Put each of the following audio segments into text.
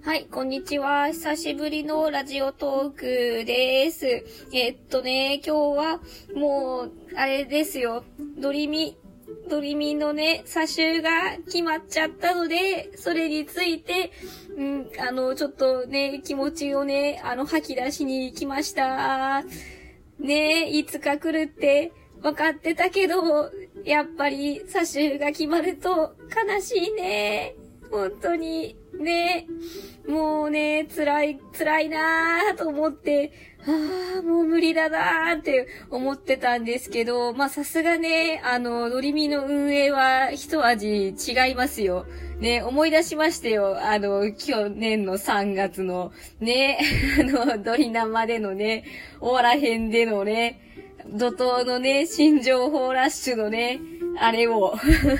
はい、こんにちは。久しぶりのラジオトークです。今日はもう、あれですよ。ドリミのね、歌集が決まっちゃったので、それについて、ちょっとね、気持ちをね、吐き出しに来ました。ね、いつか来るって分かってたけど、やっぱり歌集が決まると悲しいね。本当に。ね、もうね、辛いなぁと思って、もう無理だなぁって思ってたんですけど、まあさすがね、ドリミの運営は一味違いますよ。ね、思い出しましたよ。去年の3月のね、ドリ生でのね、終わらへんでのね、怒涛のね、新情報ラッシュのね、あれを。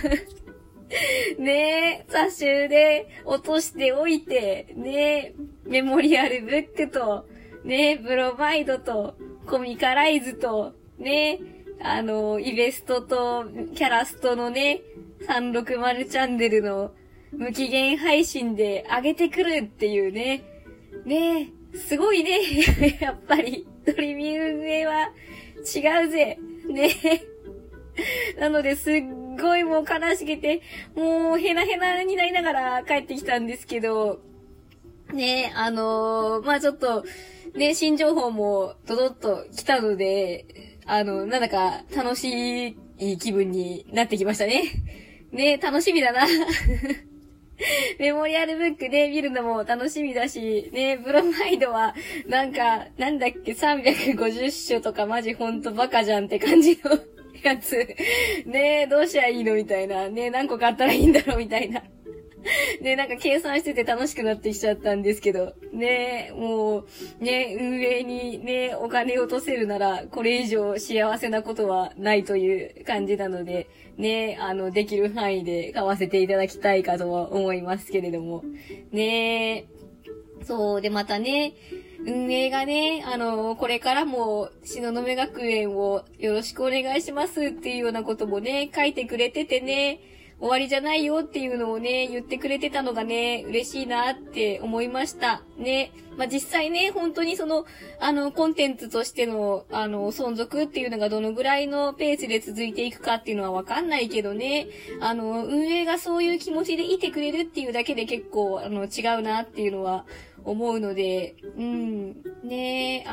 ねえ、雑集で落としておいて、ねえ、メモリアルブックと、ねえ、ブロマイドと、コミカライズと、ねえ、イベストと、キャラストのね、360チャンネルの無期限配信で上げてくるっていうね。ねえ、すごいね。やっぱり、ドリミ運営は違うぜ。ねえ。なので、すっごいもう悲しげて、もうヘナヘナになりながら帰ってきたんですけど、ね、まあちょっと、ね、新情報もドドッと来たので、なんだか楽しい気分になってきましたね。ね、楽しみだな。メモリアルブックね、見るのも楽しみだし、ね、ブロマイドは、なんだっけ、350種とかマジほんとバカじゃんって感じのやつ。ね、どうしゃいいのみたいな。ね、何個買ったらいいんだろうみたいな。ね、なんか計算してて楽しくなってきちゃったんですけど。ね、もう、ね、運営にね、お金を落とせるなら、これ以上幸せなことはないという感じなので、ね、できる範囲で買わせていただきたいかとは思いますけれども。ね、そう、でまたね、運営がね、これからも、東雲学園をよろしくお願いしますっていうようなこともね、書いてくれててね、終わりじゃないよっていうのをね、言ってくれてたのがね、嬉しいなって思いました。ね。まあ、実際ね、本当にその、コンテンツとしての、存続っていうのがどのぐらいのペースで続いていくかっていうのはわかんないけどね、運営がそういう気持ちでいてくれるっていうだけで結構、違うなっていうのは、思うので、ね、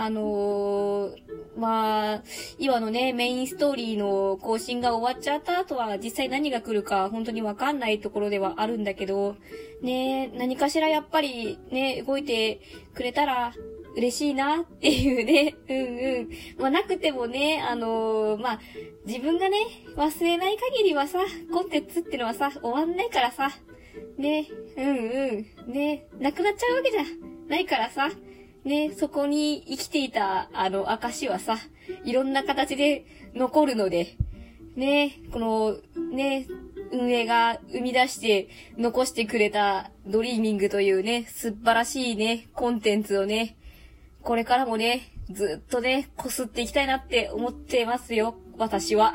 まあ、今のね、メインストーリーの更新が終わっちゃった後は、実際何が来るか本当にわかんないところではあるんだけど、ね、何かしらやっぱりね、動いてくれたら嬉しいなっていうね、まあなくてもね、まあ、自分がね、忘れない限りはさ、コンテンツってのはさ、終わんないからさ、ね、ね、なくなっちゃうわけじゃないからさ、ね、そこに生きていた、証はさ、いろんな形で残るので、ね、この、ね、運営が生み出して残してくれたドリーミングというね、素晴らしいね、コンテンツをね、これからもね、ずっとね、擦っていきたいなって思ってますよ、私は。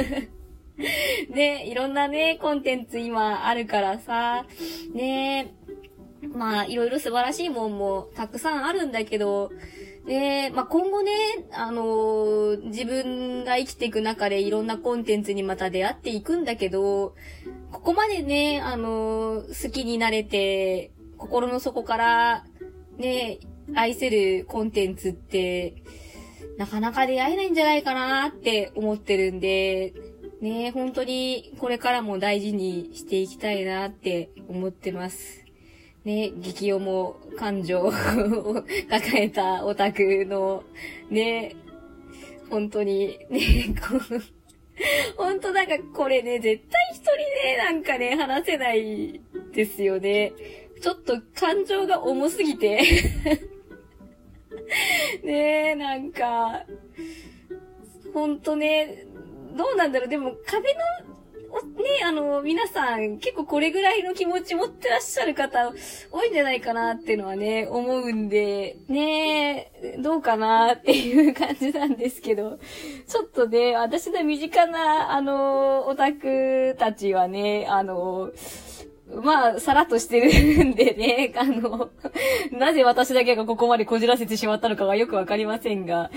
ね、いろんなね、コンテンツ今あるからさ、ね、まあ、いろいろ素晴らしいもんもたくさんあるんだけど、で、まあ、今後ね、自分が生きていく中でいろんなコンテンツにまた出会っていくんだけど、ここまでね、好きになれて、心の底から、ね、愛せるコンテンツって、なかなか出会えないんじゃないかなって思ってるんで、ね、本当にこれからも大事にしていきたいなって思ってます。ね、激読も感情を抱えたオタクの、ね、本当に、ね、本当なんかこれね、絶対一人でなんかね、話せないですよね。ちょっと感情が重すぎて。ね、なんか、本当ね、どうなんだろう、でも壁の、ね、皆さん結構これぐらいの気持ち持ってらっしゃる方多いんじゃないかなっていうのはね、思うんで、ね、どうかなっていう感じなんですけど、ちょっとね、私の身近な、オタクたちはね、 まあ、さらっとしてるんでね、なぜ私だけがここまでこじらせてしまったのかはよくわかりませんが。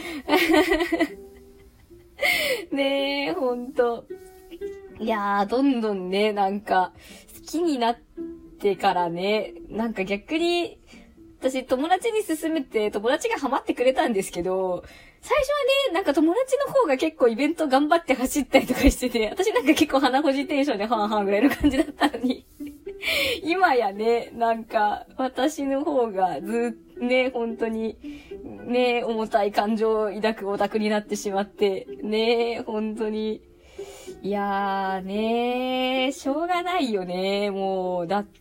ねえ、ほんと。いやー、どんどんね、なんか、好きになってからね、なんか逆に、私友達に勧めて友達がハマってくれたんですけど、最初はね、なんか友達の方が結構イベント頑張って走ったりとかしてて、私なんか結構鼻ほじテンションではんはんぐらいの感じだったのに。今やね、なんか、私の方がね、本当に、ね、重たい感情を抱くオタクになってしまって、ね、本当に。いやーねしょうがないよね、もう、だって、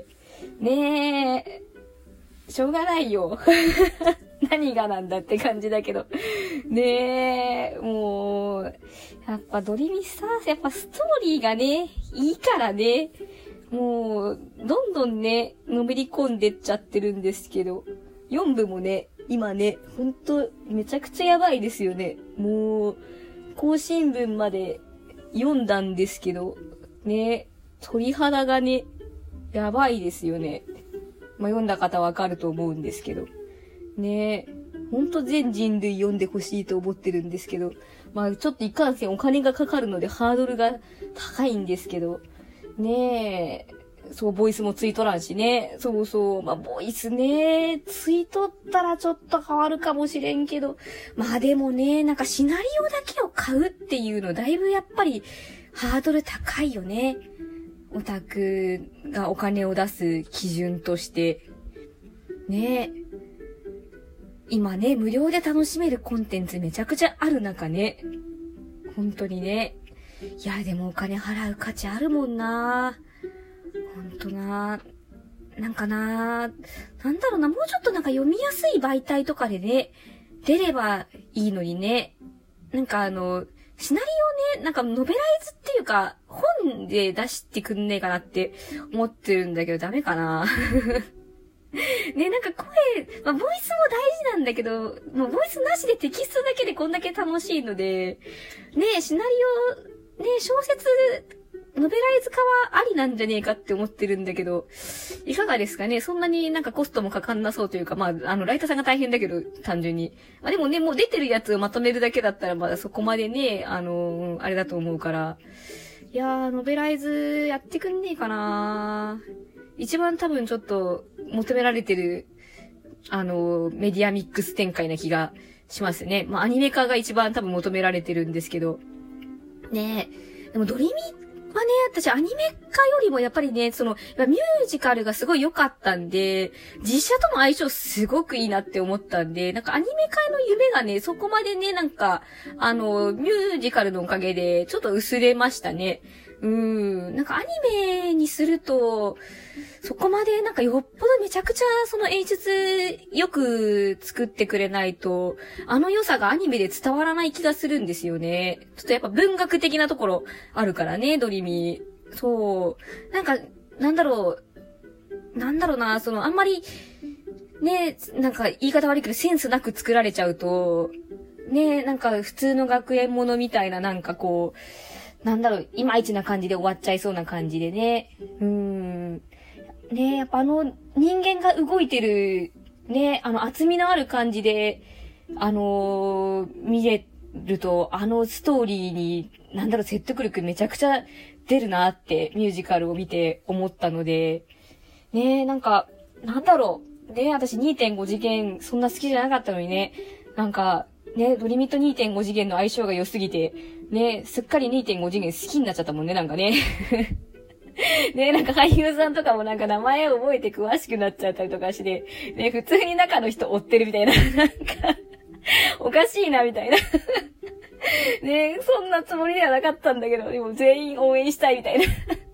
ねしょうがないよ。何がなんだって感じだけど。ねえ、もう、やっぱドリミさ、やっぱストーリーがね、いいからね、もう、どんどんね、のめり込んでっちゃってるんですけど、4部もね、今ね、ほんと、めちゃくちゃやばいですよね。もう、更新文まで読んだんですけど、ね、鳥肌がね、やばいですよね。まあ、読んだ方わかると思うんですけど。ねえ。ほんと全人類読んでほしいと思ってるんですけど。まあ、ちょっといかんせんお金がかかるのでハードルが高いんですけど。ねえ。そう、ボイスもついとらんしね。そうそう。まあ、ボイスね、ついとったらちょっと変わるかもしれんけど。まあでもね、なんかシナリオだけを買うっていうの、だいぶやっぱりハードル高いよね。オタクがお金を出す基準として。ねえ。今ね、無料で楽しめるコンテンツめちゃくちゃある中ね。本当にね。いや、でもお金払う価値あるもんな。ほんとな。なんかな。なんだろうな、もうちょっとなんか読みやすい媒体とかでね、出ればいいのにね。なんかシナリオね、なんかノベライズっていうか、本で出してくんねえかなって思ってるんだけど、ダメかな。ね、なんか声、まあ、ボイスも大事なんだけど、もうボイスなしでテキストだけでこんだけ楽しいので、ね、シナリオ、ね、小説、ノベライズ化はありなんじゃねえかって思ってるんだけど、いかがですかね。そんなになんかコストもかかんなそうというか、まあ、ライターさんが大変だけど、単純に。まあでもね、もう出てるやつをまとめるだけだったら、まだそこまでね、あれだと思うから。いやー、ノベライズやってくんねえかな。一番多分ちょっと求められてる、メディアミックス展開な気がしますね。まあ、アニメ化が一番多分求められてるんですけど。ねえ。でもドリミはね、私アニメ化よりもやっぱりね、ミュージカルがすごい良かったんで、実写との相性すごくいいなって思ったんで、なんかアニメ化の夢がね、そこまでね、なんか、ミュージカルのおかげで、ちょっと薄れましたね。なんかアニメにすると、そこまでなんかよっぽどめちゃくちゃその演出よく作ってくれないと、あの良さがアニメで伝わらない気がするんですよね。ちょっとやっぱ文学的なところあるからね、ドリミ。そう。なんか、なんだろうな、あんまり、ね、なんか言い方悪いけどセンスなく作られちゃうと、ね、なんか普通の学園ものみたいななんかこう、いまいちな感じで終わっちゃいそうな感じでね。ね、やっぱ人間が動いてる、ね、厚みのある感じで、見れると、ストーリーに、説得力めちゃくちゃ出るなって、ミュージカルを見て思ったので、ね、ね、私 2.5 次元、そんな好きじゃなかったのにね、ね、ドリミと 2.5 次元の相性が良すぎて、ね、すっかり 2.5 次元好きになっちゃったもんね、なんかね。ね、なんか俳優さんとかもなんか名前を覚えて詳しくなっちゃったりとかして、ね、普通に中の人追ってるみたいな、なんか、おかしいなみたいな。ね、そんなつもりではなかったんだけど、でも全員応援したいみたいな。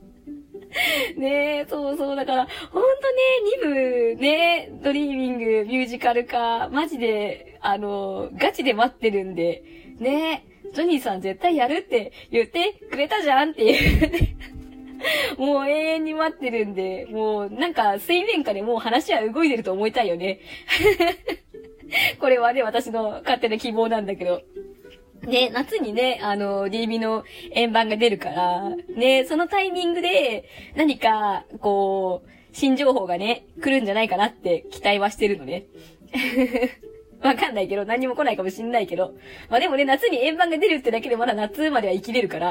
ね、そう、だから、ほんとね、2部、ね、ドリーミング、ミュージカル化、マジで、ガチで待ってるんで、ね、ジョニーさん絶対やるって言ってくれたじゃんっていう。もう永遠に待ってるんで、もうなんか水面下でもう話は動いてると思いたいよね。これはね、私の勝手な希望なんだけど。 ね、夏にね、DB の円盤が出るから、ね、そのタイミングで、何か、こう、新情報がね、来るんじゃないかなって期待はしてるのね。わかんないけど、何にも来ないかもしんないけど。まあでもね、夏に円盤が出るってだけでまだ夏までは生きれるから。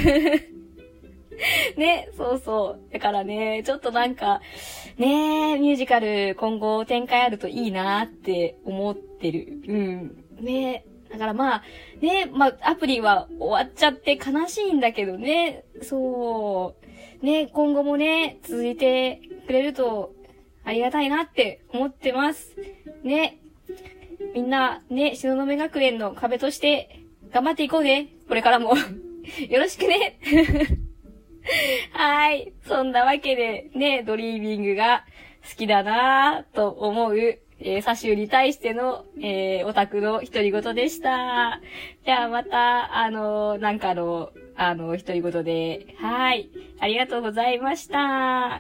ね、そうそう。だからね、ちょっとなんか、ね、ミュージカル今後展開あるといいなって思ってる。うん。ね。だからまあ、ね、まあ、アプリは終わっちゃって悲しいんだけどね。そう。ね、今後もね、続いてくれるとありがたいなって思ってます。ね。みんな、ね、東雲学園の壁として頑張っていこうね。これからも。よろしくね。はい。そんなわけで、ね、ドリーミングが好きだなぁと思う、サシュに対しての、オタクの独り言でした。じゃあまた、なんかの、独り言で、はい。ありがとうございました。